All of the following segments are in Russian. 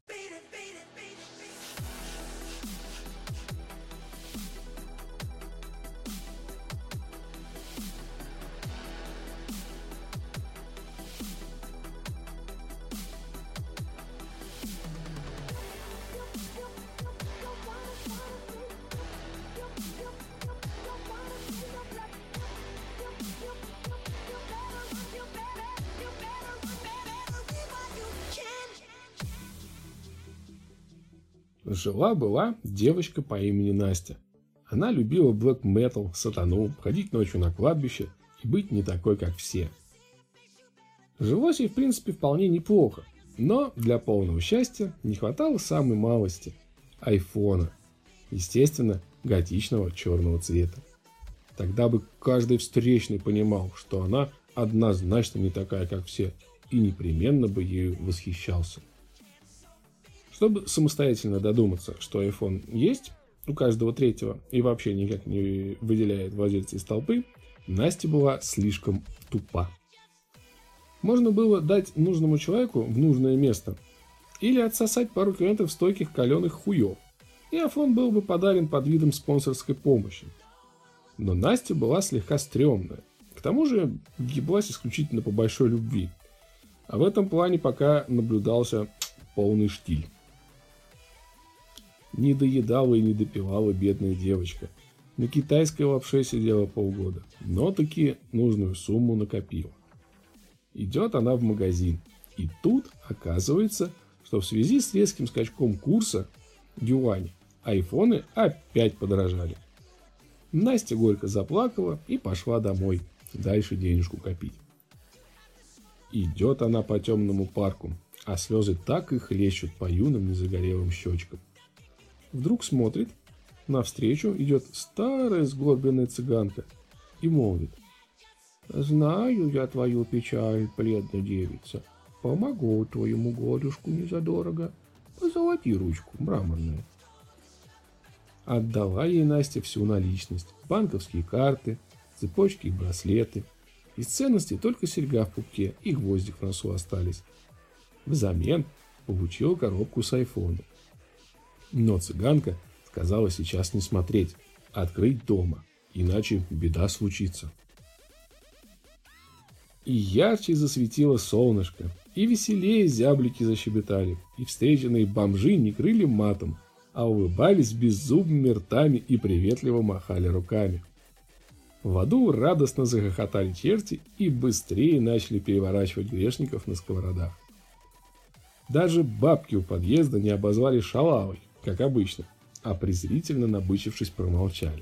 Жила-была девочка по имени Настя. Она любила блэк метал, сатану, ходить ночью на кладбище и быть не такой, как все. Жилось ей, в принципе, вполне неплохо, но для полного счастья не хватало самой малости – айфона, естественно, готичного черного цвета. Тогда бы каждый встречный понимал, что она однозначно не такая, как все, и непременно бы ею восхищался. Чтобы самостоятельно додуматься, что iPhone есть у каждого третьего и вообще никак не выделяет владельца из толпы, Настя была слишком тупа. Можно было дать нужному человеку в нужное место или отсосать пару клиентов стойких каленых хуев, и iPhone был бы подарен под видом спонсорской помощи. Но Настя была слегка стрёмная, к тому же ебалась исключительно по большой любви, а в этом плане пока наблюдался полный штиль. Не доедала и не допивала бедная девочка. На китайской лапше сидела полгода, но таки нужную сумму накопила. Идет она в магазин, и тут оказывается, что в связи с резким скачком курса юаня айфоны опять подорожали. Настя горько заплакала и пошла домой, дальше денежку копить. Идет она по темному парку, а слезы так и хлещут по юным незагорелым щечкам. Вдруг смотрит, навстречу идет старая сгорбленная цыганка и молвит: «Знаю я твою печаль, бледная девица, помогу твоему горюшку незадорого, позолоти ручку мраморную». Отдала ей Настя всю наличность, банковские карты, цепочки и браслеты. Из ценностей только серьга в пупке и гвоздик в носу остались. Взамен получила коробку с айфоном. Но цыганка сказала сейчас не смотреть, а открыть дома, иначе беда случится. И ярче засветило солнышко, и веселее зяблики защебетали, и встреченные бомжи не крыли матом, а улыбались беззубыми ртами и приветливо махали руками. В аду радостно захохотали черти и быстрее начали переворачивать грешников на сковородах. Даже бабки у подъезда не обозвали шалавой, как обычно, а презрительно набычившись промолчали.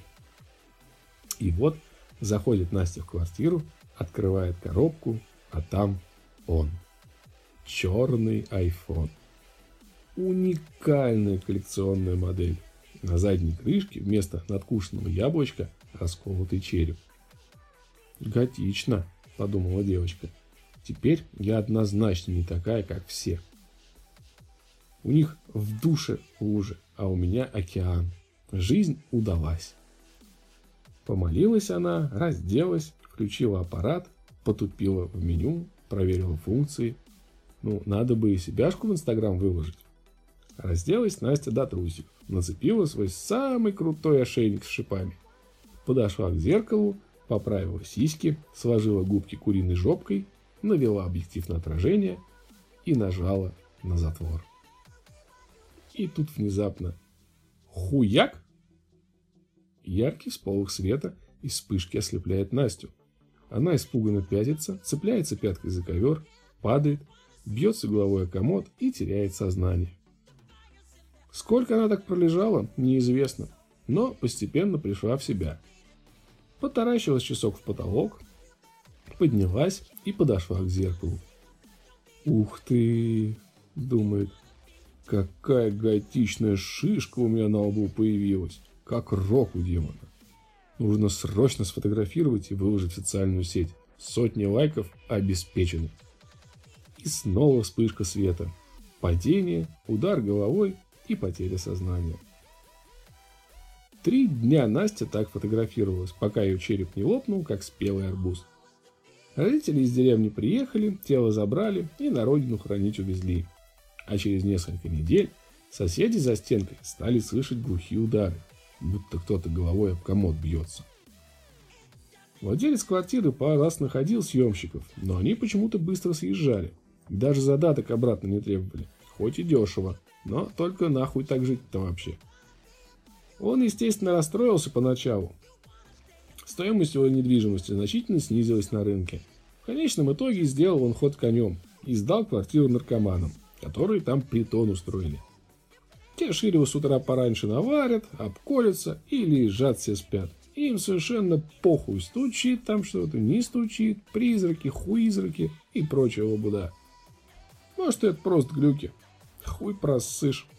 И вот заходит Настя в квартиру, открывает коробку, а там он. Черный iPhone. Уникальная коллекционная модель. На задней крышке вместо надкушенного яблочка расколотый череп. «Готично», — подумала девочка. «Теперь я однозначно не такая, как все. У них в душе лужи, а у меня океан. Жизнь удалась». Помолилась она, разделась, включила аппарат, потупила в меню, проверила функции. Надо бы и себяшку в Инстаграм выложить. Разделась Настя до трусиков, нацепила свой самый крутой ошейник с шипами. Подошла к зеркалу, поправила сиськи, сложила губки куриной жопкой, навела объектив на отражение и нажала на затвор. И тут внезапно хуяк! Яркий всполох света из вспышки ослепляет Настю. Она испуганно пятится, цепляется пяткой за ковер, падает, бьется головой о комод и теряет сознание. Сколько она так пролежала, неизвестно, но постепенно пришла в себя. Потаращилась часок в потолок, поднялась и подошла к зеркалу. «Ух ты!» — думает. «Какая готичная шишка у меня на лбу появилась, как рог у демона. Нужно срочно сфотографировать и выложить в социальную сеть. 100 лайков обеспечены». И снова вспышка света. Падение, удар головой и потеря сознания. 3 дня Настя так фотографировалась, пока ее череп не лопнул, как спелый арбуз. Родители из деревни приехали, тело забрали и на родину хранить увезли. А через несколько недель соседи за стенкой стали слышать глухие удары, будто кто-то головой об комод бьется. Владелец квартиры пару раз находил съемщиков, но они почему-то быстро съезжали. Даже задаток обратно не требовали, хоть и дешево, но только нахуй так жить-то вообще. Он, естественно, расстроился поначалу. Стоимость его недвижимости значительно снизилась на рынке. В конечном итоге сделал он ход конем и сдал квартиру наркоманам, которые там притон устроили. Те Ширева с утра пораньше наварят, обколятся и лежат все спят. Им совершенно похуй, стучит там что-то, не стучит, призраки, хуизраки и прочая лабуда. Может, это просто глюки. Хуй просышь.